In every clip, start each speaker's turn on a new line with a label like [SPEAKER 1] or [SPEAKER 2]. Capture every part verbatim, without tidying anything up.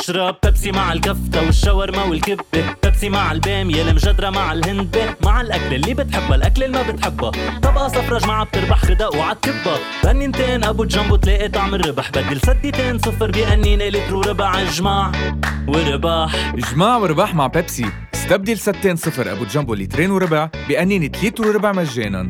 [SPEAKER 1] بشرب بيبسي مع الكفتة والشاورما والكبة، بيبسي مع البامية المجدرة مع الهندبة، مع الأكل اللي بتحبها الأكل اللي ما بتحبها، طبقة صفرة جماعة بتربح خدق وعتكبها، بنينتين أبو جنبو تلاقي طعم الربح، بدل سديتين صفر بأنينة لتر وربع، اجمع ورباح.
[SPEAKER 2] اجمع ورباح مع بيبسي، استبدل ستين صفر أبو جنبو لترين وربع بأنينة لتر وربع مجانا.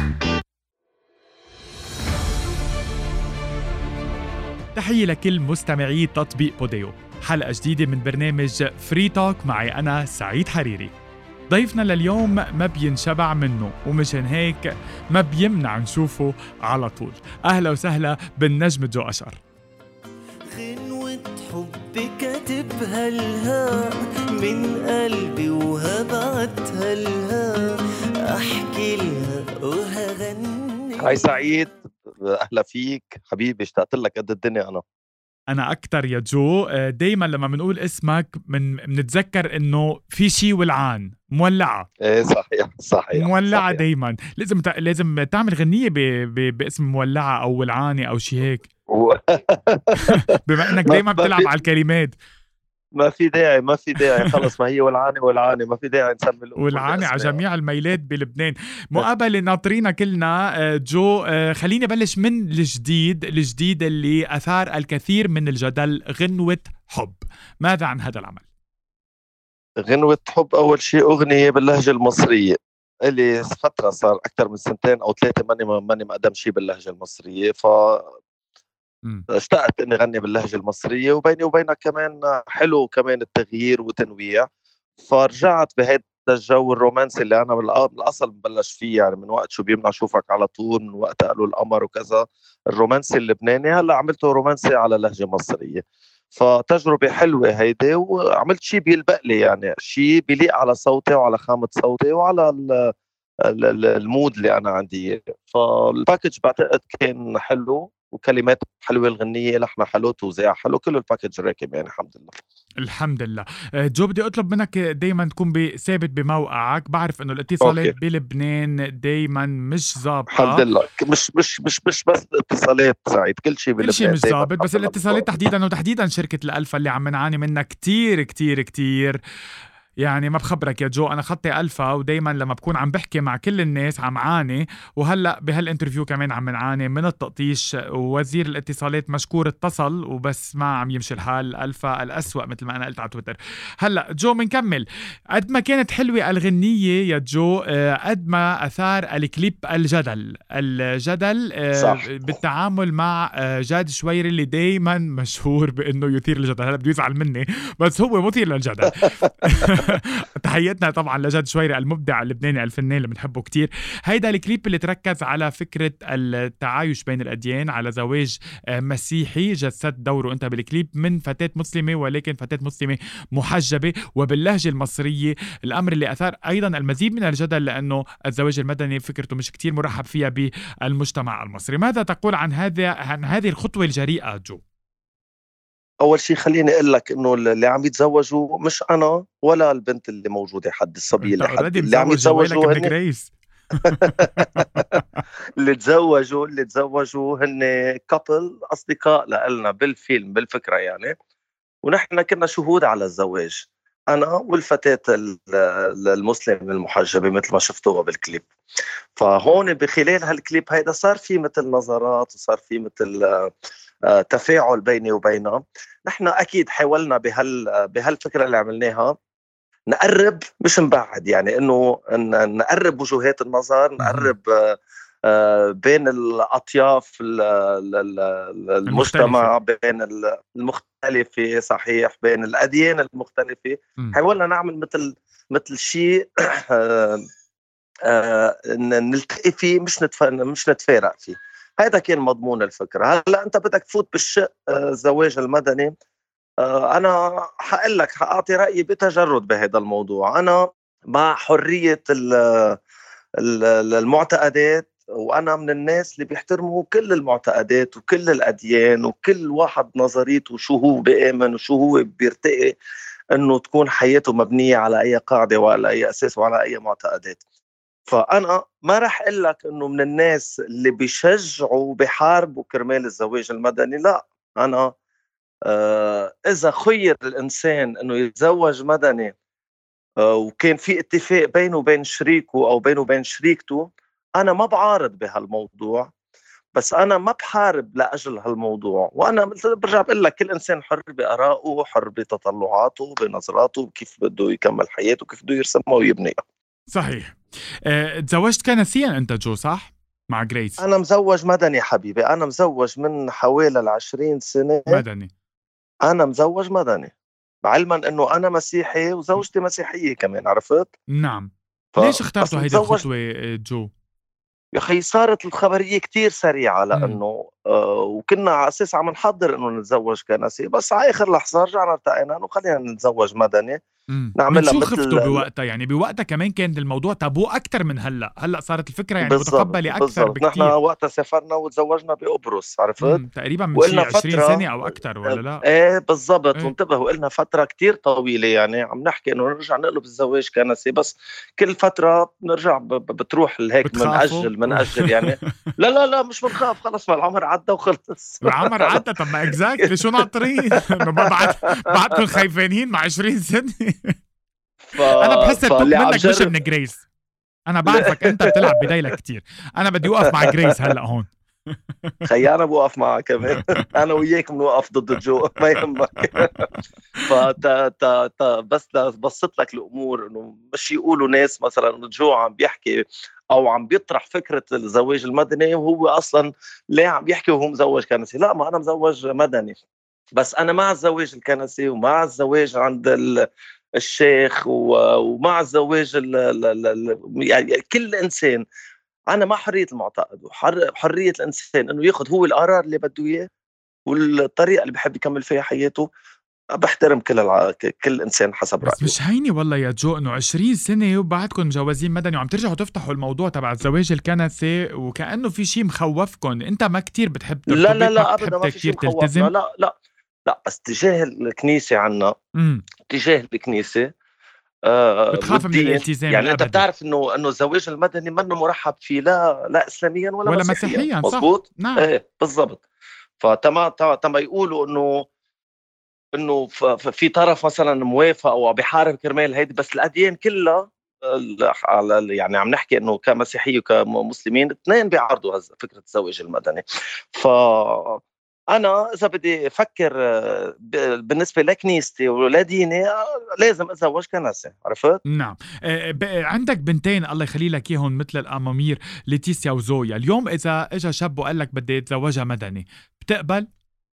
[SPEAKER 3] تحية لكل مستمعي تطبيق بوديو، حلقة جديدة من برنامج فري توك معي أنا سعيد حريري. ضيفنا لليوم ما بينشبع منه، ومشان هيك ما بيمنع نشوفه على طول. أهلا وسهلا بالنجم جو أشقر.
[SPEAKER 4] غنوة حب كاتبها لها من قلبي وهبعتها لها، أحكي لها وهغني.
[SPEAKER 5] هاي سعيد، أهلا فيك حبيبي، اشتقت لك قد الدنيا. أنا
[SPEAKER 3] أنا أكتر يا جو. دايما لما منقول اسمك من منتذكر إنه في شي ولعان مولعة.
[SPEAKER 5] إيه صحيح صحيح
[SPEAKER 3] مولعة
[SPEAKER 5] صحيح.
[SPEAKER 3] دايما لازم ت... لازم تعمل غنية ب... ب... باسم مولعة أو ولعانة أو شي هيك.
[SPEAKER 5] و...
[SPEAKER 3] بما إنك دايما بتلعب على الكلمات.
[SPEAKER 5] ما في داعي ما في داعي خلص، ما هي ولعانة ولعانة، ما في داعي نسمي الأمور
[SPEAKER 3] ولعانة على
[SPEAKER 5] باسمها.
[SPEAKER 3] جميع الميلات بلبنان. مقابلة ناطرينا كلنا جو. خليني بلش من الجديد الجديد اللي أثار الكثير من الجدل، غنوة حب. ماذا عن هذا العمل؟
[SPEAKER 5] غنوة حب أول شيء أغنية باللهجة المصرية، اللي فترة صار أكثر من سنتين أو ثلاثة ماني ماني مقدم شيء باللهجة المصرية، ف اشتقت اني غني باللهجة المصرية، وبيني وبينك كمان حلو كمان التغيير وتنويع، فرجعت بهذا الجو الرومانسي اللي انا بالاصل مبلش فيه، يعني من وقت شو بيمنع شوفك على طول، من وقت قالوا القمر وكذا، الرومانسي اللبناني، هلا عملته رومانسي على لهجة مصرية، فتجربة حلوة هيدي، وعملت شيء بيلبق لي، يعني شيء بيليق على صوتي وعلى خامة صوتي وعلى المود اللي انا عندي، فالباكج بعتقد كان حلو، وكلمات حلوة الغنية، لحنها حلو، توزيع حلو، كله الباكج راكب يعني الحمد لله.
[SPEAKER 3] الحمد لله. جو بدي أطلب منك دايما تكون ثابت بموقعك، بعرف إنه الاتصالات أوكي. بلبنان دايما مش ظابطة.
[SPEAKER 5] الحمد لله، مش مش مش مش بس الاتصالات سعيد، كل شيء بلبنان
[SPEAKER 3] كل شيء مش ظابط، بس الاتصالات تحديدا، وتحديدا شركة الألفا اللي عم نعاني منها كتير كتير كتير. يعني ما بخبرك يا جو، أنا خطي ألفا، ودايما لما بكون عم بحكي مع كل الناس عم عاني، وهلأ بهالانترفيو كمان عم نعاني من التقطيش. وزير الاتصالات مشكور اتصل وبس ما عم يمشي الحال، ألفا الأسوأ مثل ما أنا قلت على تويتر. هلأ جو منكمل. قد ما كانت حلوة الغنية يا جو، قد ما أثار الكليب الجدل الجدل صح. بالتعامل مع جاد شويري اللي دايما مشهور بأنه يثير الجدل. هلأ بده يزعل مني بس هو مثير للجدل. تحياتنا طبعا لجاد شويري المبدع اللبناني الفنان اللي بنحبه كتير. هيدا الكليب اللي تركز على فكرة التعايش بين الأديان، على زواج مسيحي، جسد دوره انت بالكليب من فتاة مسلمة، ولكن فتاة مسلمة محجبة وباللهجة المصرية، الأمر اللي أثار أيضا المزيد من الجدل، لأنه الزواج المدني فكرته مش كتير مرحب فيها بالمجتمع المصري. ماذا تقول عن هذا عن هذه الخطوة الجريئة جو؟
[SPEAKER 5] أول شيء خليني أقول لك إنه اللي عم يتزوجوا مش أنا ولا البنت اللي موجودة، حد الصبي اللي حد اللي عم يتزوجوا هن اللي تزوجوا اللي تزوجوا هن كابل أصدقاء لنا بالفيلم بالفكرة يعني، ونحن كنا شهود على الزواج، أنا والفتاة المسلم المحجبة مثل ما شفتوها بالكليب. فهون بخلال هالكليب هيدا صار في مثل نظرات، وصار في مثل تفاعل بيني وبينها. نحن أكيد حاولنا بهال بهالفكرة اللي عملناها نقرب مش نبعد، يعني إنه نقرب وجهات النظر، نقرب بين الأطياف المجتمع، بين المختلفة صحيح، بين الأديان المختلفة. حاولنا نعمل مثل مثل شيء نلتقي فيه، مش مش نتفارق فيه. هذا كان مضمون الفكرة. هلأ أنت بدك تفوت بالشق الزواج المدني، أنا حقول لك حأعطي رأيي بتجرد بهذا الموضوع. أنا مع حرية المعتقدات، وأنا من الناس اللي بيحترموا كل المعتقدات وكل الأديان، وكل واحد نظريته شو هو بيآمن وشو هو بيرتقي أنه تكون حياته مبنية على أي قاعدة وعلى أي أساس وعلى أي معتقدات. فأنا ما رح أقول لك أنه من الناس اللي بيشجعوا بيحاربوا كرمال الزواج المدني، لا، أنا آه إذا خير الإنسان إنه يتزوج مدني آه وكان في اتفاق بينه وبين شريكه أو بينه وبين شريكته، أنا ما بعارض بهالموضوع، بس أنا ما بحارب لأجل هالموضوع. وأنا مثل برجع بقول لك كل إنسان حر بآرائه، حر بتطلعاته، بنظراته، كيف بده يكمل حياته، كيف بده يرسمها ويبنيها.
[SPEAKER 3] صحيح. اه، تزوجت كنسيا أنت جو صح؟ مع جريس.
[SPEAKER 5] أنا مزوج مدني حبيبي، أنا مزوج من حوالي العشرين سنة.
[SPEAKER 3] مدني.
[SPEAKER 5] أنا مزوج مدني، علما أنه أنا مسيحي وزوجتي مسيحية كمان، عرفت؟
[SPEAKER 3] نعم.
[SPEAKER 5] ف...
[SPEAKER 3] ليش
[SPEAKER 5] بس
[SPEAKER 3] اخترتوا هيدي
[SPEAKER 5] متزوج
[SPEAKER 3] الخطوة اه، جو؟
[SPEAKER 5] يا أخي صارت الخبرية كتير سريعة،
[SPEAKER 3] مم.
[SPEAKER 5] لأنه آه وكنا على أساس عم نحضر إنه نتزوج كنسي، بس على آخر لحظة رجعنا ارتقينا إنه خلينا نتزوج مدني
[SPEAKER 3] مم. من
[SPEAKER 5] نعملها
[SPEAKER 3] شو خفتوا
[SPEAKER 5] مثل.
[SPEAKER 3] بوقتها؟ يعني بوقتها كمان كان الموضوع تابو أكتر من هلأ، هلأ صارت الفكرة يعني
[SPEAKER 5] بالضبط
[SPEAKER 3] متقبلة أكثر
[SPEAKER 5] بالضبط، نحن
[SPEAKER 3] بكتير.
[SPEAKER 5] وقتها سافرنا وتزوجنا بقبرص، عرفت؟
[SPEAKER 3] امم تقريبا من
[SPEAKER 5] وقلنا
[SPEAKER 3] شي عشرين
[SPEAKER 5] فترة
[SPEAKER 3] سنة أو أكتر ولا لا؟
[SPEAKER 5] ايه بالضبط،
[SPEAKER 3] ايه
[SPEAKER 5] وانتبه وقلنا فترة كتير طويلة، يعني عم نحكي انه نرجع نقلب الزواج كنسي، بس كل فترة بنرجع ب- ب- بتروح هيك من
[SPEAKER 3] بتخافوا؟
[SPEAKER 5] أجل من أجل يعني. لا لا لا مش بنخاف، خلص ما العمر عدى وخلص.
[SPEAKER 3] العمر عدى، طب ما اكزاكتلي شو ناطرين؟ انه ما بعد بعدكم خايفانين مع عشرين سنة.
[SPEAKER 5] ف...
[SPEAKER 3] أنا بحس التوب
[SPEAKER 5] فاللي عم
[SPEAKER 3] منك مش
[SPEAKER 5] جرب
[SPEAKER 3] من جريس. أنا بعرفك أنت بتلعب بدايلك كتير. أنا بدي أوقف مع جريس هلأ هون.
[SPEAKER 5] خي انا بوقف معك كمان. انا وياك بنوقف ضد جو، ما يهمك. فتا تا تا بس بسط لك الامور، انه مش يقولوا ناس مثلا انه جو عم بيحكي او عم بيطرح فكره الزواج المدني وهو اصلا ليه عم يحكي وهو مزوج كنسي. لا، ما انا مزوج مدني، بس انا مع الزواج الكنسي ومع الزواج عند ال الشيخ و- ومع الزواج ال ال ال ال يعني كل انسان. انا مع حريه المعتقد وحريه الانسان انه ياخذ هو القرار اللي بده اياه والطريقه اللي بحب يكمل فيها حياته. بحترم كل الع... كل انسان حسب
[SPEAKER 3] بس
[SPEAKER 5] رايه.
[SPEAKER 3] مش هيني والله يا جو انه عشرين سنة وبعدكم مجوزين مدني وعم ترجعوا تفتحوا الموضوع تبع الزواج الكنسي وكأنه في شيء مخوفكم. انت ما كتير بتحب
[SPEAKER 5] لا لا
[SPEAKER 3] ترتبط، ما
[SPEAKER 5] لا
[SPEAKER 3] بتحب
[SPEAKER 5] ابدا، ما في
[SPEAKER 3] كتير
[SPEAKER 5] شيء مخوفنا.
[SPEAKER 3] تلتزم.
[SPEAKER 5] لا لا لا، بس تجاه الكنيسه عنا،
[SPEAKER 3] امم
[SPEAKER 5] تجاه الكنيسه آه
[SPEAKER 3] بتخاف من
[SPEAKER 5] والدين.
[SPEAKER 3] الالتزام
[SPEAKER 5] يعني انت
[SPEAKER 3] الابدي
[SPEAKER 5] بتعرف انه انه الزواج المدني منه مرحب فيه، لا لا اسلاميا ولا
[SPEAKER 3] ولا
[SPEAKER 5] مسيحيا،
[SPEAKER 3] مسيحيا، صح؟
[SPEAKER 5] مزبوط.
[SPEAKER 3] نعم.
[SPEAKER 5] ايه بالضبط. فتما تما يقولوا انه انه ف- ف- في طرف مثلا موافق او بيحارب كرمال هيدي، بس الاديان كلها ال- على ال- يعني عم نحكي انه كمسيحيه وكمسلمين اثنين بيعارضوا هز- فكره الزواج المدني. ف انا اذا بدي افكر آه، ب- بالنسبه لكنيستي ولديني آه، لازم اتزوج كنسي، عرفت؟
[SPEAKER 3] نعم. آه، ب- عندك بنتين الله يخلي لك اياهم مثل الامامير ليتيسيا وزويا. اليوم اذا اجى شاب وقال لك بدي اتزوجها مدني بتقبل؟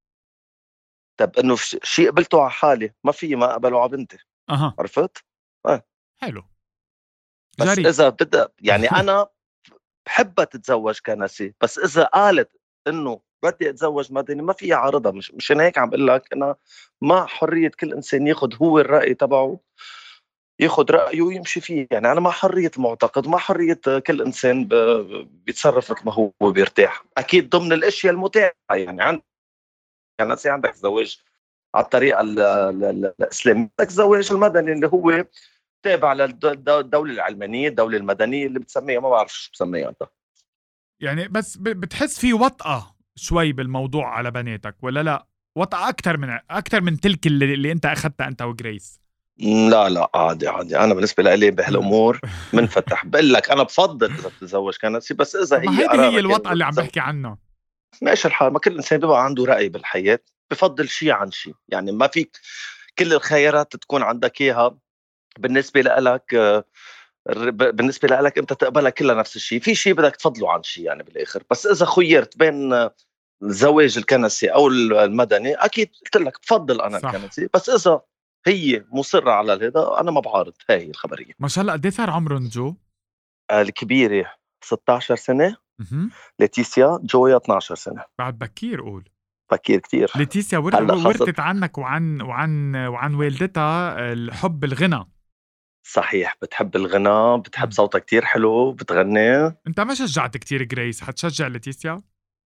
[SPEAKER 5] طب انه ش- شيء قبلته على حالي ما في ما اقبله على بنتي،
[SPEAKER 3] اها.
[SPEAKER 5] عرفت؟ آه.
[SPEAKER 3] حلو.
[SPEAKER 5] بس
[SPEAKER 3] جريء.
[SPEAKER 5] اذا بدها يعني انا بحبها تتزوج كنسي، بس اذا قالت انه بدي اتزوج مدني ما في عارضها. مش مشان هيك عم بقول لك انا مع حريه كل انسان ياخذ هو الراي تبعه، ياخذ رايه ويمشي فيه. يعني انا مع حريه المعتقد، مع حريه كل انسان ب- بيتصرف مثل ما هو بيرتاح، اكيد ضمن الاشياء المتاحه. يعني عندك كنسي، عندك زواج على الطريقه ال- ال- ال- الاسلاميه، عندك الزواج المدني اللي هو تابع للدوله العلمانيه، الدوله المدنيه اللي بتسميها، ما بعرف شو بسميها انت.
[SPEAKER 3] يعني بس ب- بتحس في وطأة شوي بالموضوع على بناتك ولا لا؟ وطأة أكتر من أكتر من تلك اللي, اللي أنت أخذتها أنت وجريس.
[SPEAKER 5] لا لا، عادي عادي. انا بالنسبه لي بهالامور منفتح. بقول لك انا بفضل اذا بتتزوج كنسي، بس اذا
[SPEAKER 3] طب ما
[SPEAKER 5] هي
[SPEAKER 3] هيدي هي
[SPEAKER 5] قرارك
[SPEAKER 3] الوطأة
[SPEAKER 5] يعني
[SPEAKER 3] اللي عم
[SPEAKER 5] تتزوج
[SPEAKER 3] بحكي عنها.
[SPEAKER 5] ماشي الحال. ما كل انسان بيبقى عنده راي بالحياه، بفضل شيء عن شيء. يعني ما فيك كل الخيارات تكون عندك اياها بالنسبه لك. آه، ب- بالنسبه لك انت تقبلها كلها نفس الشيء، في شيء بدك تفضله عن شيء يعني بالاخر. بس اذا خيرت بين آه، الزواج الكنسي او المدني، اكيد قلت لك بفضل انا
[SPEAKER 3] صح.
[SPEAKER 5] الكنسي. بس اذا هي مصره على هذا انا ما بعارض. هاي هي الخبريه.
[SPEAKER 3] ما شاء الله. قد ايه صار عمرهم جو؟
[SPEAKER 5] الكبيرة ستة عشر سنة،
[SPEAKER 3] مهم.
[SPEAKER 5] ليتيسيا جويا اثني عشر سنة.
[SPEAKER 3] بعد بكير قول.
[SPEAKER 5] بكير كتير.
[SPEAKER 3] ليتيسيا ور-
[SPEAKER 5] هلا خاصة
[SPEAKER 3] ورثت عنك وعن وعن وعن والدتها الحب الغنى.
[SPEAKER 5] صحيح، بتحب الغناء، بتحب
[SPEAKER 3] مم.
[SPEAKER 5] صوتها كتير حلو، بتغني.
[SPEAKER 3] انت ما شجعت كتير جريس، حتشجع ليتيسيا؟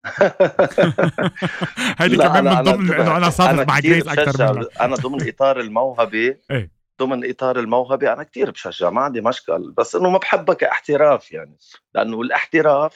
[SPEAKER 3] هيدي
[SPEAKER 5] لا
[SPEAKER 3] كمان
[SPEAKER 5] انا
[SPEAKER 3] من
[SPEAKER 5] انا
[SPEAKER 3] ضمن انه انا
[SPEAKER 5] انا
[SPEAKER 3] صافق مع
[SPEAKER 5] كتير
[SPEAKER 3] جريس اكثر
[SPEAKER 5] بشجع.
[SPEAKER 3] منك.
[SPEAKER 5] انا ضمن اطار الموهبة،
[SPEAKER 3] ايه.
[SPEAKER 5] ضمن اطار الموهبة انا كتير بشجع، ما عندي مشكل. بس انه ما بحبها كاحتراف يعني، لانه الاحتراف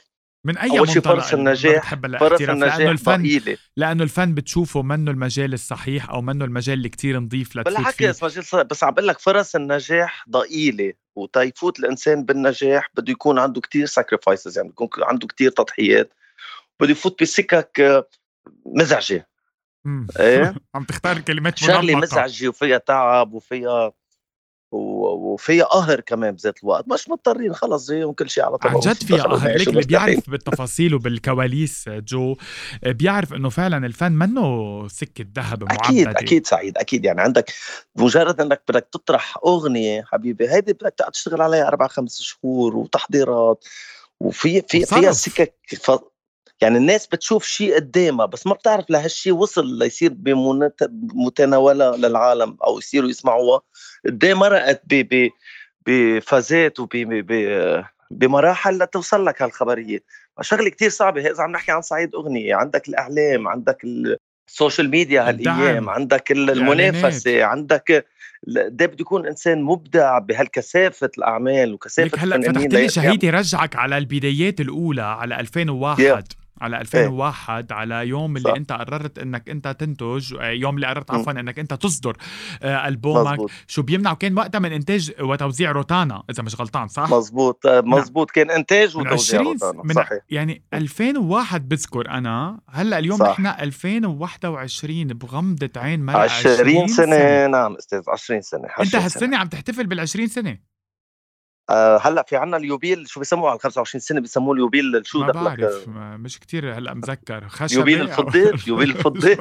[SPEAKER 3] من أي
[SPEAKER 5] أول شي
[SPEAKER 3] منطلق
[SPEAKER 5] فرص
[SPEAKER 3] ما
[SPEAKER 5] النجاح
[SPEAKER 3] بتحب
[SPEAKER 5] فرص
[SPEAKER 3] الاعتراف؟ لأنه
[SPEAKER 5] النجاح
[SPEAKER 3] الفن
[SPEAKER 5] ضئيلة.
[SPEAKER 3] لأنه الفن بتشوفه منه المجال الصحيح أو منه المجال اللي كتير نظيف لتفوت فيه.
[SPEAKER 5] بالعكس مجال صحيح، بس عم بقول لك فرص النجاح ضئيلة، وتيفوت الإنسان بالنجاح بده يكون عنده كتير sacrifices، يعني بيكون عنده كتير تضحيات، بده يفوت بسكك آه، مزعجة.
[SPEAKER 3] مم.
[SPEAKER 5] ايه
[SPEAKER 3] عم تختار كلمات
[SPEAKER 5] شغلة
[SPEAKER 3] منمقة.
[SPEAKER 5] مزعجة وفيها تعب وفيها و- وفيها قهر كمان بذات الوقت، مش مضطرين خلص زيهم كل شيء على طبق
[SPEAKER 3] عن جد فيها
[SPEAKER 5] خلص
[SPEAKER 3] قهر.
[SPEAKER 5] نعيش
[SPEAKER 3] ليك اللي
[SPEAKER 5] مرتاحين.
[SPEAKER 3] بيعرف بالتفاصيل وبالكواليس جو بيعرف انه فعلا الفن منه سكة ذهب
[SPEAKER 5] اكيد
[SPEAKER 3] معبدة.
[SPEAKER 5] اكيد سعيد، اكيد يعني عندك مجرد انك بدك تطرح اغنيه حبيبي، هيدي بدك تقعد تشتغل عليها اربع خمس شهور وتحضيرات، وفي في فيها
[SPEAKER 3] وصرف.
[SPEAKER 5] سكك ف... يعني الناس بتشوف شيء قدامها بس ما بتعرف لهالشيء وصل ليصير بمتناولة للعالم او يصيروا يسمعوها قد ايه مرقت ب ب بفازات وب ب بمراحل لتوصل لك هالخبريه. شغله كتير صعبه اذا عم نحكي عن صعيد اغنيه. عندك الاعلام، عندك السوشيال ميديا هالايام،
[SPEAKER 3] الدعم،
[SPEAKER 5] عندك
[SPEAKER 3] الإعلانات.
[SPEAKER 5] المنافسه، عندك ده بده يكون انسان مبدع بهالكثافه الاعمال وكثافه
[SPEAKER 3] ليك هلا
[SPEAKER 5] الفنانين
[SPEAKER 3] فتحت لي
[SPEAKER 5] ليعمل-
[SPEAKER 3] شهيتي رجعك على البدايات الاولى، على ألفين وواحد على ألفين وواحد على يوم اللي
[SPEAKER 5] صح.
[SPEAKER 3] انت قررت انك انت تنتج، يوم اللي قررت
[SPEAKER 5] م.
[SPEAKER 3] عفوا انك انت تصدر آه، البومك.
[SPEAKER 5] مزبوط
[SPEAKER 3] شو بيمنعه؟ كان وقتها من انتاج وتوزيع روتانا اذا مش غلطان، صح؟
[SPEAKER 5] مزبوط مزبوط كان انتاج
[SPEAKER 3] من
[SPEAKER 5] وتوزيع
[SPEAKER 3] عشرين
[SPEAKER 5] روتانا
[SPEAKER 3] من
[SPEAKER 5] صحيح.
[SPEAKER 3] يعني ألفين وواحد بذكر انا. هلا اليوم
[SPEAKER 5] صح.
[SPEAKER 3] نحن ألفين وواحد وعشرين بغمضة عين مرق
[SPEAKER 5] عشرين سنة. نعم استاذ، عشرين سنة.
[SPEAKER 3] انت
[SPEAKER 5] عشرين سنة.
[SPEAKER 3] هالسنة عم تحتفل بالعشرين سنة.
[SPEAKER 5] آه هلا في عنا اليوبيل، شو بيسموه على خمسة وعشرين سنة؟ بيسموه اليوبيل شو
[SPEAKER 3] ما
[SPEAKER 5] دخلك؟
[SPEAKER 3] بعرف، ما- مش كتير هلا مذكر. خشبة
[SPEAKER 5] يوبيل
[SPEAKER 3] أو-
[SPEAKER 5] الفضة. يوبيل الفضة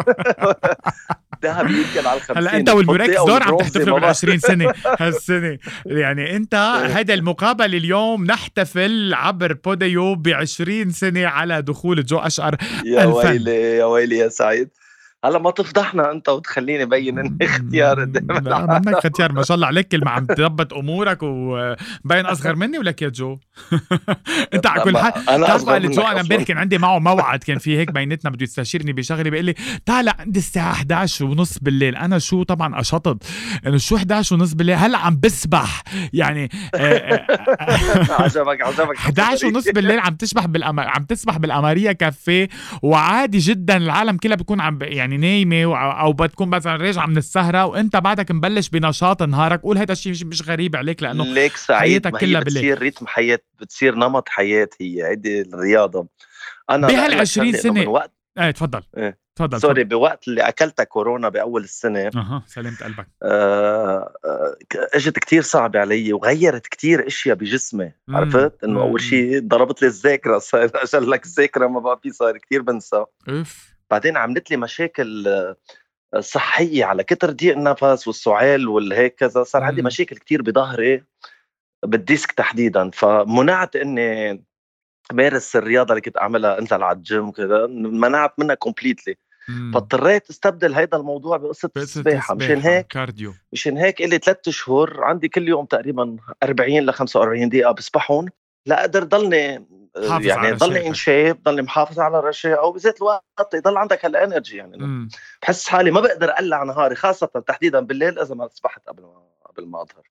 [SPEAKER 5] ذهبي يمكن على الخمسين.
[SPEAKER 3] هلا انت والبريكس
[SPEAKER 5] الفضة أو
[SPEAKER 3] دور عم
[SPEAKER 5] البرونزي
[SPEAKER 3] تحتفلوا
[SPEAKER 5] ما بعرف.
[SPEAKER 3] بالعشرين سنة هالسنة. يعني انت هذا المقابل اليوم نحتفل عبر بوديو بعشرين سنة على دخول جو أشقر
[SPEAKER 5] يا
[SPEAKER 3] الفن.
[SPEAKER 5] ويلي يا ويلي يا سعيد، هلا ما تفضحنا انت وتخليني بين ان اختيار قدام
[SPEAKER 3] لا
[SPEAKER 5] العالم.
[SPEAKER 3] منك اختيار، ما شاء الله عليك. كلمة عم تضبط امورك وبين اصغر مني ولك يا جو. انت على كل حال
[SPEAKER 5] انا
[SPEAKER 3] تعرف
[SPEAKER 5] اصغر
[SPEAKER 3] قال
[SPEAKER 5] منك
[SPEAKER 3] جو، انا
[SPEAKER 5] أصلاً.
[SPEAKER 3] امبارح كان عندي معه موعد، كان في هيك بيناتنا بده يستشيرني بشغله، بيقول لي تعال عندي الساعه إحدى عشر ونص بالليل. انا شو طبعا اشطط انه شو إحدى عشر ونص بالليل، هلا عم بسبح يعني.
[SPEAKER 5] عجبك عجبك
[SPEAKER 3] إحدى عشر ونص بالليل عم تسبح بالأم... عم تسبح بالقمريه كافيه، وعادي جدا العالم كلها بتكون عم يعني نايمه و... او بتكون مثلا راجعه من السهره وانت بعدك مبلش بنشاط نهارك. قول هذا الشيء مش غريب عليك لانه
[SPEAKER 5] ليك سعيد،
[SPEAKER 3] حياتك
[SPEAKER 5] ما
[SPEAKER 3] كلها
[SPEAKER 5] هي
[SPEAKER 3] بالليل.
[SPEAKER 5] بتصير ريتم حياة، بتصير نمط حياة، هي هيدي الرياضة. أنا
[SPEAKER 3] بهالعشرين سنة
[SPEAKER 5] من وقت
[SPEAKER 3] ايه تفضل
[SPEAKER 5] إيه.
[SPEAKER 3] تفضل
[SPEAKER 5] سوري، بوقت اللي أكلتها كورونا بأول السنة،
[SPEAKER 3] اها سلمت قلبك.
[SPEAKER 5] آه آه اجت كتير صعبة علي وغيرت كتير اشياء بجسمي.
[SPEAKER 3] مم.
[SPEAKER 5] عرفت انه
[SPEAKER 3] مم.
[SPEAKER 5] اول شيء ضربت لي الذاكرة، صار اجل لك الذاكرة ما بقى في، صار كتير بنسى.
[SPEAKER 3] اف
[SPEAKER 5] بعدين عملت لي مشاكل آه، صحية على كتر ضيق النفس والسعال والهيك كذا، صار عندي
[SPEAKER 3] مم.
[SPEAKER 5] مشاكل كتير بظهري بالديسك تحديدا، فمنعت اني مارس الرياضة اللي كنت اعملها، انزل على الجيم كذا، منعت منها كومبليتلي. فاضطريت استبدل هيدا الموضوع بقصة السباحة. مشان هيك
[SPEAKER 3] كارديو.
[SPEAKER 5] مشان هيك إلي ثلاثة شهور عندي كل يوم تقريبا أربعين لخمسة وأربعين دقيقة بسبحهم لا أقدر ضلني
[SPEAKER 3] حافظ
[SPEAKER 5] يعني
[SPEAKER 3] على
[SPEAKER 5] ضلني
[SPEAKER 3] رشاقتك.
[SPEAKER 5] إن شيب، ضلني محافظ على الرشاقة، أو بذات الوقت يضل عندك هالانرجي. يعني
[SPEAKER 3] مم.
[SPEAKER 5] بحس حالي ما بقدر أقلع نهاري، خاصة تحديدا بالليل إذا ما سبحت قبل ما قبل ما أظهر.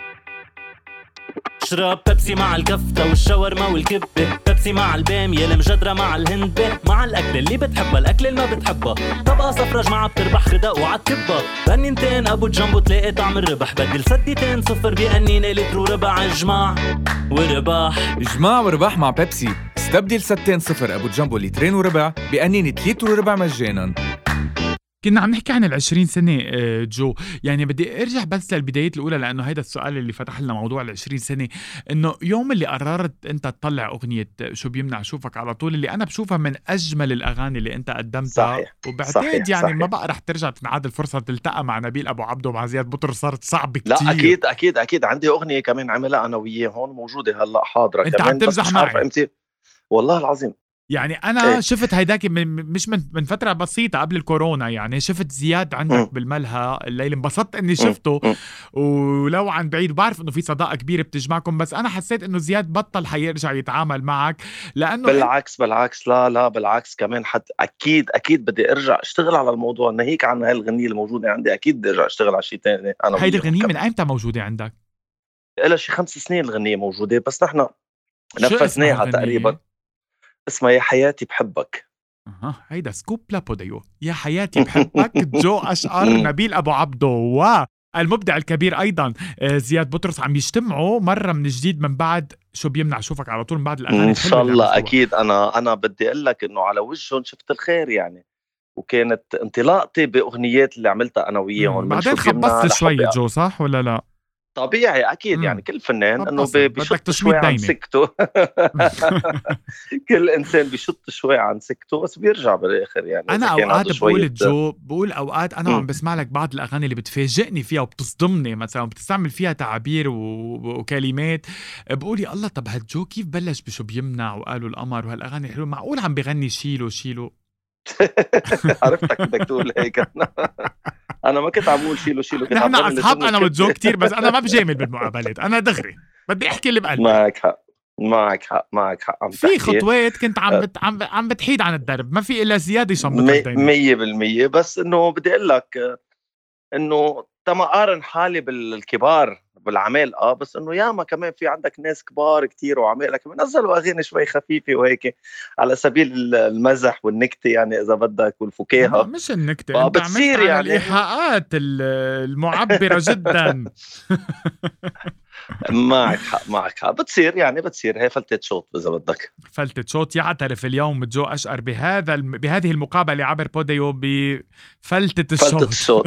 [SPEAKER 1] اشرب بيبسي مع الكفتة والشاورما والكبة، بيبسي مع البامية المجدرة مع الهندبة، مع الأكل اللي بتحبها الأكل اللي ما بتحبها، طبقة صفرة معها بتربح خدق وعتكبها، بنينتين أبو جنبو تلاقي طعم الربح، بدل سديتين صفر بأنينة لتر وربع، اجمع ورباح.
[SPEAKER 2] اجماع ورباح مع بيبسي. استبدل ستين صفر أبو جنبو لترين وربع بقنينة لتر وربع مجانا.
[SPEAKER 3] كنا عم نحكي عن العشرين سنة جو، يعني بدي ارجع بس للبدايات الأولى لأنه هيدا السؤال اللي فتح لنا موضوع العشرين سنة. إنه يوم اللي قررت أنت تطلع أغنية شو بيمنع شوفك على طول، اللي أنا بشوفها من أجمل الأغاني اللي أنت قدمتها،
[SPEAKER 5] صحيح.
[SPEAKER 3] وبعتقد
[SPEAKER 5] صحيح.
[SPEAKER 3] يعني
[SPEAKER 5] صحيح.
[SPEAKER 3] ما بقى رح ترجع تنعاد الفرصة تلتقى مع نبيل أبو عبده ومع زياد بطر، صارت صعبة كتير.
[SPEAKER 5] لا أكيد أكيد أكيد عندي أغنية كمان عملها أنا وياه هون موجودة هلأ حاضرة.
[SPEAKER 3] أنت
[SPEAKER 5] كمان
[SPEAKER 3] عم تمزح معي
[SPEAKER 5] إمتى. والله العظيم
[SPEAKER 3] يعني أنا
[SPEAKER 5] إيه؟
[SPEAKER 3] شفت هيداك من مش من, من فترة بسيطة قبل الكورونا، يعني شفت زياد عندك
[SPEAKER 5] م.
[SPEAKER 3] بالملهى الليل، انبسطت إني شفته
[SPEAKER 5] م.
[SPEAKER 3] ولو عن بعيد، بعرف إنه في صداقة كبيرة بتجمعكم، بس أنا حسيت إنه زياد بطل حيرجع يتعامل معك لأنه
[SPEAKER 5] بالعكس بالعكس لا لا بالعكس كمان حد أكيد أكيد بدي أرجع أشتغل على الموضوع، ناهيك عن هاي الغنية الموجودة عندي، أكيد بدي أرجع أشتغل على شيء تاني. أنا
[SPEAKER 3] هيدي الغنية من أيمتى موجودة عندك؟
[SPEAKER 5] إلها شي خمس سنين الغنية موجودة، بس نحن
[SPEAKER 3] شو اسمها
[SPEAKER 5] نفذناها
[SPEAKER 3] الغنية؟
[SPEAKER 5] تقريبا. اسمها يا حياتي بحبك.
[SPEAKER 3] اها هيدا سكوب لابوديو. يا حياتي بحبك جو أشقر، نبيل أبو عبدو والمبدع الكبير أيضا زياد بطرس عم يجتمعوا مرة من جديد من بعد شو بيمنع شوفك على طول من بعد الأغاني
[SPEAKER 5] ان
[SPEAKER 3] الحلوة
[SPEAKER 5] شاء
[SPEAKER 3] اللي
[SPEAKER 5] الله
[SPEAKER 3] عملوها.
[SPEAKER 5] اكيد. انا انا بدي اقول لك انه على وجههم شفت الخير يعني، وكانت انطلاقتي باغنيات اللي عملتها انا وياهم من
[SPEAKER 3] بعدين
[SPEAKER 5] شو بيمنع
[SPEAKER 3] خبصت شوي
[SPEAKER 5] لحبي.
[SPEAKER 3] جو صح ولا لا؟
[SPEAKER 5] طبيعي اكيد
[SPEAKER 3] مم.
[SPEAKER 5] يعني كل فنان انه
[SPEAKER 3] خبصت.
[SPEAKER 5] بي-
[SPEAKER 3] بدك
[SPEAKER 5] بيشط
[SPEAKER 3] تشميت
[SPEAKER 5] شوي عن
[SPEAKER 3] دايمة.
[SPEAKER 5] سكته. كل انسان بيشط شوي عن سكته بس بيرجع بالاخر يعني.
[SPEAKER 3] انا
[SPEAKER 5] اذا كان
[SPEAKER 3] اوقات
[SPEAKER 5] عنده
[SPEAKER 3] بقول
[SPEAKER 5] شويه
[SPEAKER 3] جو بقول اوقات انا وعم
[SPEAKER 5] مم.
[SPEAKER 3] بسمع لك بعض الاغاني اللي بتفاجئني فيها وبتصدمني، مثلا بتستعمل فيها تعابير و... وكلمات بقول يا الله طب هالجو كيف بلش بشو بيمنع وقالوا القمر وهالاغاني الحلوه، معقول عم بغني شيلو شيلو؟
[SPEAKER 5] عرفتك بدك تقول هيك. انا ما كنت عم اقول شيلو شيلو، كنت عم
[SPEAKER 3] نحن
[SPEAKER 5] غني
[SPEAKER 3] اصحاب
[SPEAKER 5] لجنة
[SPEAKER 3] انا وجو
[SPEAKER 5] كنت.
[SPEAKER 3] كتير، بس انا ما بجامل بالمقابلات، انا دغري بدي احكي اللي بقلبي.
[SPEAKER 5] معك حق معك حق معك حق عم
[SPEAKER 3] في
[SPEAKER 5] تحكي
[SPEAKER 3] خطوات كنت عم بت... عم ب... عم بتحيد عن الدرب، ما في الا زياده يشمط لك
[SPEAKER 5] مي-
[SPEAKER 3] دايما.
[SPEAKER 5] مية بالمية. بس انه بدي اقول لك انه تم اقارن حالي بالكبار بالعمال اه بس انه ياما كمان في عندك ناس كبار كتير وعمالة كمان نزلوا اغاني شوي خفيفه وهيك على سبيل المزح والنكته يعني اذا بدك
[SPEAKER 3] لا
[SPEAKER 5] والفكاهه.
[SPEAKER 3] مش النكتة، انت عملت
[SPEAKER 5] فبتصير
[SPEAKER 3] على
[SPEAKER 5] يعني
[SPEAKER 3] الايحاءات ال- المعبرة جدا.
[SPEAKER 5] معك حق معك حق بتصير يعني بتصير هي فلتة شوط اذا بدك.
[SPEAKER 3] فلتة شوط. يعترف اليوم جو أشقر بهذا الم... بهذه المقابلة عبر بوديو بفلتة الشوط.
[SPEAKER 5] فلتة الشوط.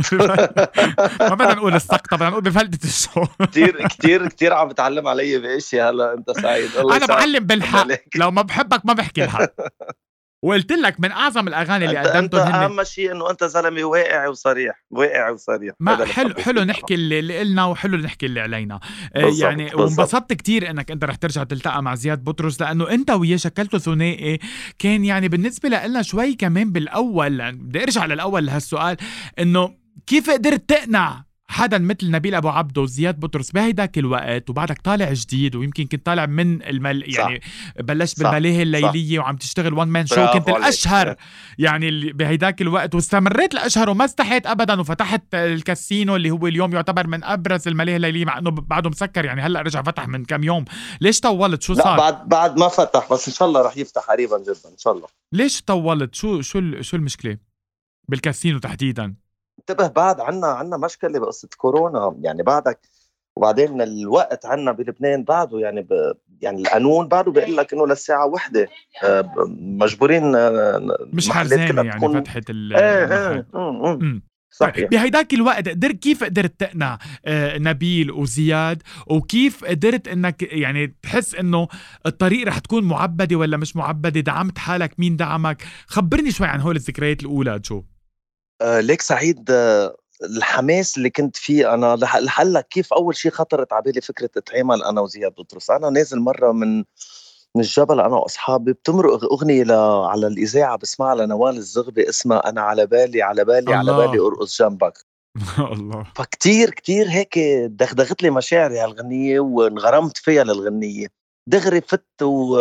[SPEAKER 3] ما بدنا نقول السقطة، بدنا نقول بفلتة الشوط.
[SPEAKER 5] كتير كتير كتير عم بتعلم علي باشياء هلا. انت سعيد الله
[SPEAKER 3] انا
[SPEAKER 5] يسعدك.
[SPEAKER 3] بعلم بالحق،
[SPEAKER 5] عليك.
[SPEAKER 3] لو ما بحبك ما بحكي الحق. وقلت لك من اعظم الاغاني اللي
[SPEAKER 5] انت انت
[SPEAKER 3] قدمتهم هن
[SPEAKER 5] اهم شيء انه انت زلمه واقعي وصريح واقعي وصريح.
[SPEAKER 3] ما
[SPEAKER 5] هذا اللي
[SPEAKER 3] حلو
[SPEAKER 5] بحبه
[SPEAKER 3] حلو
[SPEAKER 5] فيك
[SPEAKER 3] نحكي اللي, اللي قلنا وحلو نحكي اللي علينا. آه
[SPEAKER 5] بالضبط،
[SPEAKER 3] يعني
[SPEAKER 5] بالضبط.
[SPEAKER 3] وانبسطت كتير انك انت رح ترجع تلتقى مع زياد بطرس، لانه انت وياه شكلتوا ثنائي كان يعني بالنسبه لنا شوي كمان بالاول. يعني بدي ارجع للاول لهالسؤال، انه كيف قدرت تقنع حدا مثل نبيل ابو عبدو وزياد بطرس بهيداك الوقت وبعدك طالع جديد ويمكن كنت طالع من المل يعني بلشت
[SPEAKER 5] صح.
[SPEAKER 3] بالملاهي الليليه وعم تشتغل وان مان شو،
[SPEAKER 5] برافو
[SPEAKER 3] كنت
[SPEAKER 5] عليك.
[SPEAKER 3] الاشهر يعني اللي بهيداك الوقت، واستمريت الاشهر وما استحيت ابدا، وفتحت الكاسينو اللي هو اليوم يعتبر من ابرز الملاهي الليليه مع انه بعده مسكر يعني، هلا رجع فتح من كم يوم. ليش طولت؟ شو
[SPEAKER 5] لا
[SPEAKER 3] صار؟
[SPEAKER 5] بعد بعد ما فتح بس ان شاء الله رح يفتح قريبا جدا ان شاء الله.
[SPEAKER 3] ليش طولت؟ شو شو ال- شو المشكله بالكاسينو تحديدا؟
[SPEAKER 5] انتبه بعد عنا عنا مشكله بقصه كورونا يعني بعدك. وبعدين الوقت عنا بلبنان بعده يعني ب... يعني القانون بعده بيقول لك انه للساعه واحدة آه، ب- مجبورين آه،
[SPEAKER 3] مش
[SPEAKER 5] المحلات
[SPEAKER 3] حرزانه
[SPEAKER 5] كلها
[SPEAKER 3] يعني
[SPEAKER 5] تكون
[SPEAKER 3] فتحت ال-
[SPEAKER 5] ايه
[SPEAKER 3] المحل.
[SPEAKER 5] ايه مم، مم.
[SPEAKER 3] امم
[SPEAKER 5] صحيح.
[SPEAKER 3] بهيداك الوقت قدر كيف قدرت تقنع آه نبيل وزياد، وكيف قدرت انك يعني تحس انه الطريق رح تكون معبدة ولا مش معبدة؟ دعمت حالك؟ مين دعمك؟ خبرني شوي عن هول الذكريات الاولى جو.
[SPEAKER 5] آه ليك سعيد. آه الحماس اللي كنت فيه انا لح- لحلك كيف اول شيء خطرت على بالي فكره اتعامل انا وزياد بطرس. انا نازل مره من من الجبل انا واصحابي بتمرق اغنيه ل... على الاذاعه بسمعها لنوال الزغبي اسمها انا على بالي على بالي على
[SPEAKER 3] الله.
[SPEAKER 5] بالي ارقص جنبك.
[SPEAKER 3] الله.
[SPEAKER 5] فكتير كتير هيك دغدغت لي مشاعري هالغنيه وانغرمت فيها للغنيه. دغري فت و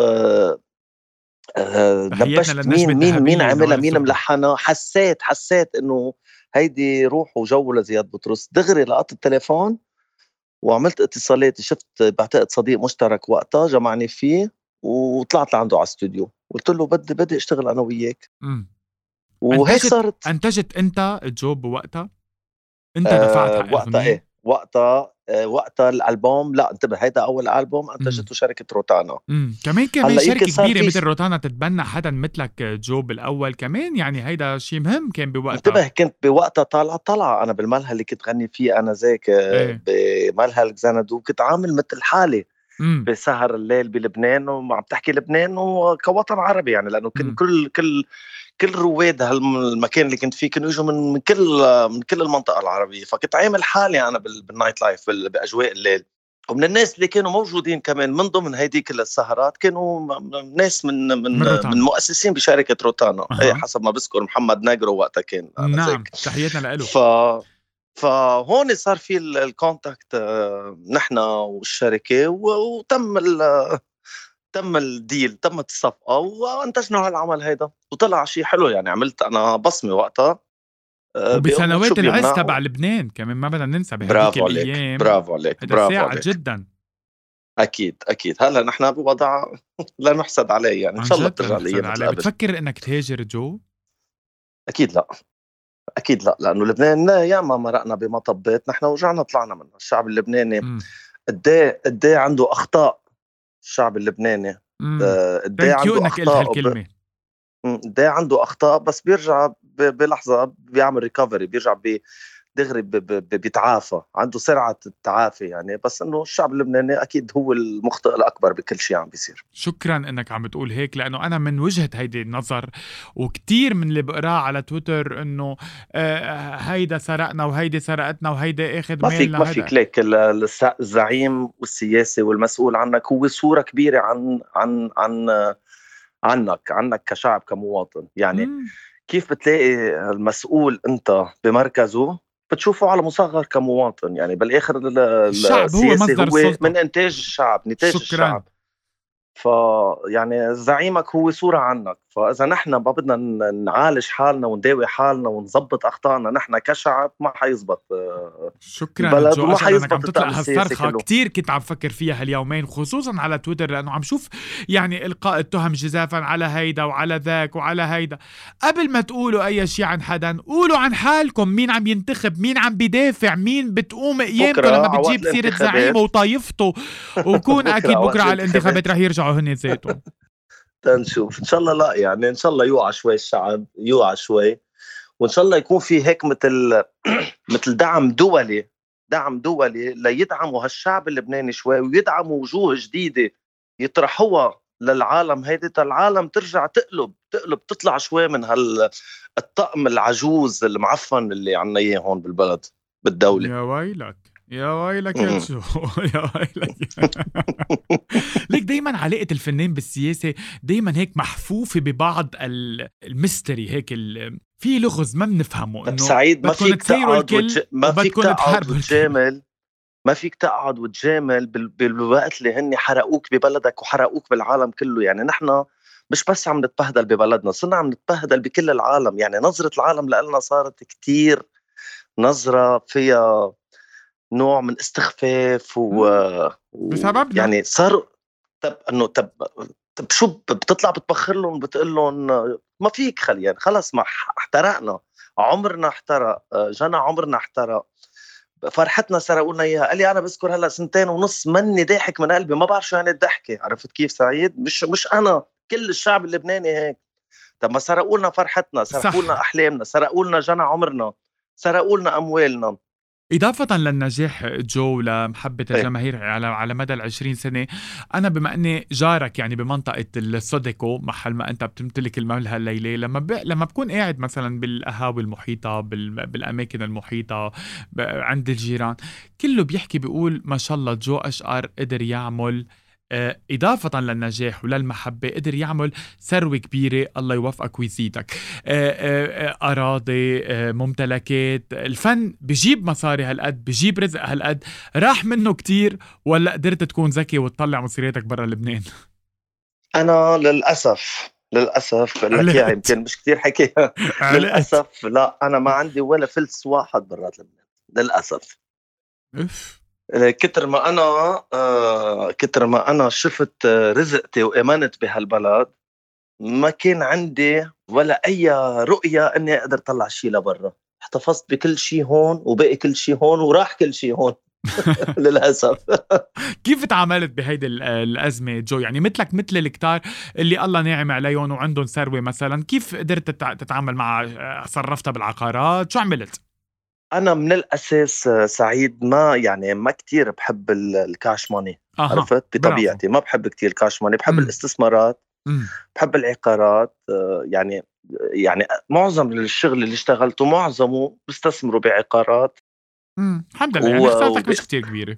[SPEAKER 5] آه،
[SPEAKER 3] تحياتنا
[SPEAKER 5] نبشت
[SPEAKER 3] للنجمة
[SPEAKER 5] مين مين مين
[SPEAKER 3] الذهبية
[SPEAKER 5] عملها
[SPEAKER 3] نوال
[SPEAKER 5] مين
[SPEAKER 3] الزغبي.
[SPEAKER 5] ملحنها. حسيت حسيت انه هيدي روح وجو لزياد بطرس. دغري لقطت التليفون وعملت اتصالات. شفت بعتقد صديق مشترك وقتها جمعني فيه وطلعت لعنده على الاستوديو قلت له بدي بدي اشتغل انا وياك.
[SPEAKER 3] امم
[SPEAKER 5] وهيك
[SPEAKER 3] انتجت
[SPEAKER 5] صارت.
[SPEAKER 3] انتجت انت الجوب بوقتها؟ انت
[SPEAKER 5] آه
[SPEAKER 3] دفعت حق
[SPEAKER 5] وقتها
[SPEAKER 3] الاغنية؟
[SPEAKER 5] ايه وقتها آه وقتها الالبوم. لا انتبه هيدا اول البوم انتجته شركه روتانا.
[SPEAKER 3] امم كمان كمان
[SPEAKER 5] هلا
[SPEAKER 3] شركة
[SPEAKER 5] يمكن صار
[SPEAKER 3] كبيرة
[SPEAKER 5] في
[SPEAKER 3] مثل روتانا تتبنى حدا مثلك جو بالاول كمان، يعني هيدا شيء مهم كان بوقتها.
[SPEAKER 5] انتبه كنت بوقتها طالعه طلعه انا بالملهى اللي كنت غني فيه انا زيك
[SPEAKER 3] ايه.
[SPEAKER 5] بملهى الزندو. كنت عامل مثل حالي
[SPEAKER 3] امم
[SPEAKER 5] بسهر الليل بلبنان وعم تحكي لبنان وكوطن عربي يعني لانه كن
[SPEAKER 3] مم.
[SPEAKER 5] كل كل كل رواد هالمكان اللي كنت فيه كانوا يجوا من من كل من كل المنطقه العربيه. فكنت عامل حالي انا بال- بالنايت لايف بال- باجواء الليل. ومن الناس اللي كانوا موجودين كمان من ضمن هيديك السهرات كانوا م- م- ناس من من
[SPEAKER 3] من روتانا.
[SPEAKER 5] من مؤسسين بشركه روتانا.
[SPEAKER 3] أها.
[SPEAKER 5] ايه حسب ما بذكر محمد ناجرو وقتها كان انا
[SPEAKER 3] نعم
[SPEAKER 5] زيك.
[SPEAKER 3] تحياتنا لإله.
[SPEAKER 5] ف فهون صار في ال- الكونتاكت آه، نحن والشركه و- وتم ال تم الديل تمت الصفقه وانتجنا هالعمل هيدا وطلع شيء حلو يعني. عملت انا بصمه وقتها آه، بأغنية شو
[SPEAKER 3] وبسنوات العز
[SPEAKER 5] بيمنع.
[SPEAKER 3] تبع لبنان كمان ما بدنا ننسى بهديك
[SPEAKER 5] برافو عليك
[SPEAKER 3] الايام.
[SPEAKER 5] برافو عليك
[SPEAKER 3] هذا
[SPEAKER 5] برافو
[SPEAKER 3] ساعد
[SPEAKER 5] عليك.
[SPEAKER 3] جدا.
[SPEAKER 5] اكيد اكيد هلا نحن بوضع لا نحسد عليه، يعني ان
[SPEAKER 3] عن
[SPEAKER 5] شاء الله
[SPEAKER 3] جد
[SPEAKER 5] بترجع
[SPEAKER 3] نحسد
[SPEAKER 5] الايام
[SPEAKER 3] عليه.
[SPEAKER 5] نتقابل.
[SPEAKER 3] بتفكر انك تهاجر جو؟
[SPEAKER 5] اكيد لا، اكيد لا، لانه لبنان لا ياما مرقنا بمطبات نحن ورجعنا طلعنا منها. الشعب اللبناني
[SPEAKER 3] امم
[SPEAKER 5] قد ايه قد ايه عنده اخطاء. الشعب اللبناني
[SPEAKER 3] امم
[SPEAKER 5] آه، قد ايه
[SPEAKER 3] ثانك يو
[SPEAKER 5] عنده
[SPEAKER 3] انك قلت
[SPEAKER 5] اخطاء ب-
[SPEAKER 3] هالكلمه.
[SPEAKER 5] م، قد ايه عنده اخطاء، بس بيرجع ب- بلحظه بيعمل ريكفري، بيرجع ب- دغري ب- ب- ب- بيتعافى، عنده سرعه التعافي يعني. بس انه الشعب اللبناني اكيد هو المخطئ الاكبر بكل شيء عم بيصير.
[SPEAKER 3] شكرا انك عم بتقول هيك، لانه انا من وجهة هيدي النظر، وكتير من اللي بقراه على تويتر انه آه هيدا سرقنا وهيدي سرقتنا وهيدا اخذ
[SPEAKER 5] ما فيك
[SPEAKER 3] مالنا
[SPEAKER 5] ما
[SPEAKER 3] هيدا.
[SPEAKER 5] فيك ليك ال- الس- الزعيم والسياسي والمسؤول عنك هو صورة كبيرة عن عن عن عنك عنك كشعب كمواطن. يعني
[SPEAKER 3] مم.
[SPEAKER 5] كيف بتلاقي المسؤول انت بمركزه بتشوفه على مصغر كمواطن. يعني بالاخر ال- ال-
[SPEAKER 3] الشعب هو
[SPEAKER 5] السياسي
[SPEAKER 3] مصدر
[SPEAKER 5] هو
[SPEAKER 3] السلطة.
[SPEAKER 5] من انتاج الشعب، نتاج
[SPEAKER 3] شكرا.
[SPEAKER 5] الشعب. ف يعني زعيمك هو صورة عنك. فإذا نحن ما بدنا ن- نعالج حالنا ونداوي حالنا ونظبط أخطائنا نحن كشعب، ما حيزبط آه،
[SPEAKER 3] شكرا
[SPEAKER 5] البلد،
[SPEAKER 3] جو
[SPEAKER 5] وما
[SPEAKER 3] اجل انك عم
[SPEAKER 5] حيزبط
[SPEAKER 3] تطلع
[SPEAKER 5] الطقم السياسي
[SPEAKER 3] هالصرخة.
[SPEAKER 5] كله.
[SPEAKER 3] كتير كنت عم فكر فيها هاليومين، خصوصا على تويتر، لانه عم شوف يعني القاء التهم جزافا على هيدا وعلى ذاك وعلى هيدا. قبل ما تقولوا اي شيء عن حدا قولوا عن حالكم، مين عم ينتخب، مين عم بيدافع، مين بتقوم قيامته
[SPEAKER 5] بكرة
[SPEAKER 3] لما
[SPEAKER 5] على وقت
[SPEAKER 3] بتجيب سيرة زعيمه
[SPEAKER 5] الانتخابات
[SPEAKER 3] وطايفته. وكون
[SPEAKER 5] بكرة
[SPEAKER 3] اكيد
[SPEAKER 5] على وقت
[SPEAKER 3] بكره على
[SPEAKER 5] الانتخابات
[SPEAKER 3] الانتخابات رح يرجعوا هن ذاتهم.
[SPEAKER 5] تنشوف إن شاء الله. لا يعني إن شاء الله يوعى شوي الشعب، يوعى شوي، وإن شاء الله يكون في هيك مثل مثل دعم دولي، دعم دولي ليدعموا هالشعب اللبناني شوي، ويدعموا وجوه جديدة يطرحوها للعالم هيدي، تا العالم ترجع تقلب تقلب تطلع شوي من هالطقم العجوز المعفن اللي عنا اياه هون بالبلد بالدولة.
[SPEAKER 3] يا ويلك يا ويلك يا
[SPEAKER 5] مم.
[SPEAKER 3] جو يا ويلك. ليك دايما علاقة الفنان بالسياسة دايما هيك محفوفة ببعض ال- الميستري، هيك ال- في لغز ما بنفهمه،
[SPEAKER 5] طب
[SPEAKER 3] انه
[SPEAKER 5] سعيد، ما
[SPEAKER 3] بدكم
[SPEAKER 5] فيك
[SPEAKER 3] تسيروا
[SPEAKER 5] تقعد وتج...
[SPEAKER 3] الكل
[SPEAKER 5] ما فيك
[SPEAKER 3] وبدكم
[SPEAKER 5] تقعد
[SPEAKER 3] تحاربوا الكل.
[SPEAKER 5] وتجامل ما فيك تقعد وتجامل بال... بالوقت اللي هن حرقوك ببلدك وحرقوك بالعالم كله. يعني نحن مش بس عم نتبهدل ببلدنا، صرنا عم نتبهدل بكل العالم. يعني نظرة العالم لنا صارت كتير نظرة فيها نوع من استخفاف و...
[SPEAKER 3] مم.
[SPEAKER 5] و...
[SPEAKER 3] بسببنا.
[SPEAKER 5] يعني صار طب انه طب طب شو بتطلع بتبخر لهم بتقول لهم ما فيك خلي، يعني خلص ما احترقنا، عمرنا احترق، جنى عمرنا احترق، فرحتنا سرقوا لنا اياها. قال لي انا بذكر هلا سنتين ونص مني ضاحك من قلبي، ما بعرف شو يعني الضحكه. عرفت كيف سعيد؟ مش مش انا، كل الشعب اللبناني هيك. طب ما سرقوا لنا فرحتنا، سرقوا لنا
[SPEAKER 3] صح.
[SPEAKER 5] احلامنا، سرقوا لنا جنى عمرنا، سرقوا لنا اموالنا.
[SPEAKER 3] إضافة للنجاح جو ولمحبة
[SPEAKER 5] ايه
[SPEAKER 3] الجماهير على على مدى العشرين سنة، أنا بما أني جارك يعني بمنطقة الصديكو، محل ما أنت بتمتلك المملكة الليلة، لما ب... لما بكون قاعد مثلا بالقهاوي المحيطة بال... بالأماكن المحيطة ب... عند الجيران، كله بيحكي بيقول ما شاء الله جو أشقر قدر يعمل آه، إضافة للنجاح وللمحبة قدر يعمل ثروة كبيرة، الله يوفقك ويزيدك. آه، آه، آه، أراضي، آه، ممتلكات، الفن بجيب مصاري هالقد، بجيب رزق هالقد، راح منه كتير ولا قدرت تكون ذكي وتطلع مصرياتك برا لبنان؟
[SPEAKER 5] انا للاسف للاسف بقول لك اياها،
[SPEAKER 3] علقت
[SPEAKER 5] يمكن مش كتير حكيها.
[SPEAKER 3] علقت.
[SPEAKER 5] للاسف لا، انا ما عندي ولا فلس واحد برات لبنان للاسف.
[SPEAKER 3] اف
[SPEAKER 5] كتر ما انا آه كتر ما انا شفت آه، رزقتي وامنت بهالبلد، ما كان عندي ولا اي رؤيه اني اقدر اطلع شيء لبرا. احتفظت بكل شيء هون وباقي كل شيء هون وراح كل شيء هون. للاسف.
[SPEAKER 3] كيف تعاملت بهيدي ال- الأزمة جو؟ يعني مثلك مثل الكتار اللي الله ناعم عليهم وعندهم ثروة مثلا، كيف قدرت تتع- تتعامل مع آه، صرفتها بالعقارات؟ شو عملت؟
[SPEAKER 5] انا من الاساس آه، سعيد ما يعني ما كتير بحب ال- الكاش ماني.
[SPEAKER 3] اها
[SPEAKER 5] عرفت
[SPEAKER 3] برافو.
[SPEAKER 5] بطبيعتي ما بحب كتير الكاش ماني، بحب
[SPEAKER 3] امم
[SPEAKER 5] الاستثمارات،
[SPEAKER 3] امم
[SPEAKER 5] بحب العقارات. آه، يعني يعني معظم الشغل اللي اشتغلته معظمه بستثمره بعقارات.
[SPEAKER 3] امم الحمد لله، يعني
[SPEAKER 5] و...
[SPEAKER 3] خسارتك
[SPEAKER 5] وب...
[SPEAKER 3] مش كتير كبيرة.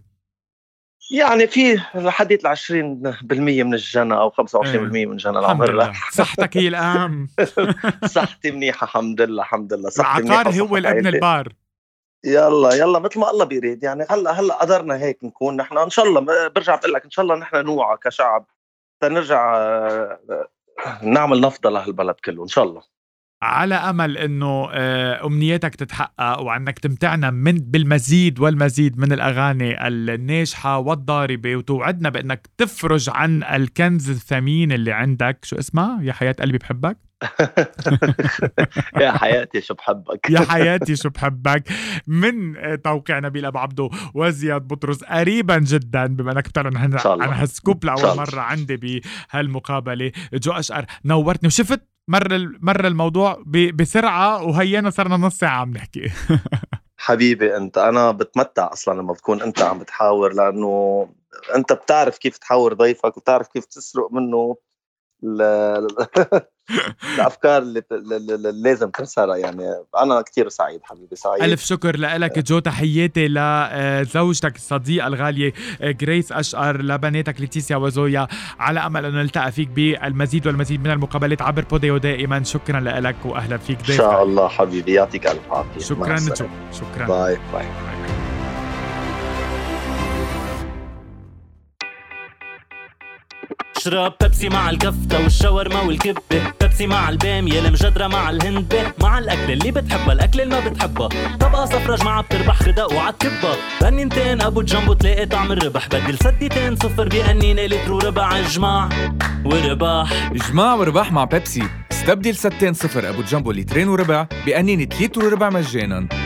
[SPEAKER 5] يعني في لحديت العشرين بالمية من الجنة أو خمسة وعشرين
[SPEAKER 3] ايه
[SPEAKER 5] بالمية من جنة
[SPEAKER 3] الحمد
[SPEAKER 5] العمر
[SPEAKER 3] لله،
[SPEAKER 5] راح.
[SPEAKER 3] صحتك هي الأهم.
[SPEAKER 5] صحتي منيحة الحمد لله، الحمد لله صحتي
[SPEAKER 3] العقار
[SPEAKER 5] منيحة
[SPEAKER 3] هو
[SPEAKER 5] وصحة
[SPEAKER 3] الابن
[SPEAKER 5] عائلتي.
[SPEAKER 3] البار.
[SPEAKER 5] يلا يلا مثل ما الله بيريد. يعني هلا هلا قدرنا هيك نكون نحن ان شاء الله. برجع بقول لك ان شاء الله نحن نوعى كشعب تنرجع آه، نعمل نفضة لهالبلد كله ان شاء الله.
[SPEAKER 3] على أمل أنه أمنياتك تتحقق وعنك تمتعنا من بالمزيد والمزيد من الأغاني الناجحة والضاربة، وتوعدنا بأنك تفرج عن الكنز الثمين اللي عندك. شو اسمها؟ يا حياة قلبي بحبك.
[SPEAKER 5] يا حياتي شو بحبك.
[SPEAKER 3] يا حياتي شو بحبك، من توقيع نبيل أبو عبدو وزياد بطرس قريبا جدا، بما أنك بتعلن عن هالسكوب لأول مرة عندي بهالمقابلة. جو أشقر نورتني، وشفت مر مر الموضوع بسرعة وهينا صرنا نص ساعة عم نحكي.
[SPEAKER 5] حبيبي أنت، أنا بتمتع أصلا لما بتكون أنت عم بتحاور، لأنه أنت بتعرف كيف تحاور ضيفك وبتعرف كيف تسرق منه الأفكار اللي, اللي لازم تنسرها. يعني أنا كتير سعيد حبيبي، سعيد.
[SPEAKER 3] ألف شكر لك جو. تحياتي لزوجتك الصديقة الغالية جريس أشقر، لبناتك ليتيسيا وزويا، على أمل أن نلتقى فيك بالمزيد والمزيد من المقابلات عبر بوديو دائما. شكرا لك وأهلا فيك
[SPEAKER 5] إن شاء الله حبيبي، يعطيك ألف عافية.
[SPEAKER 3] شكرا جو، شكرا.
[SPEAKER 5] باي باي.
[SPEAKER 1] اشرب بيبسي مع الكفتة والشاورما والكبة، بيبسي مع البامية المجدرة مع الهندبة، مع الأكل اللي بتحبها الأكل اللي ما بتحبها، طبقة صفرج مع بتربح خدق وعتكبها، بنينتين أبو جنبو تلاقي طعم الربح، بدل سديتين صفر بأنينة لتر وربع. اجماع ورباح،
[SPEAKER 2] اجماع ورباح مع بيبسي. استبدل ستين صفر أبو جنبو لترين وربع بأنينة لتر وربع مجانا.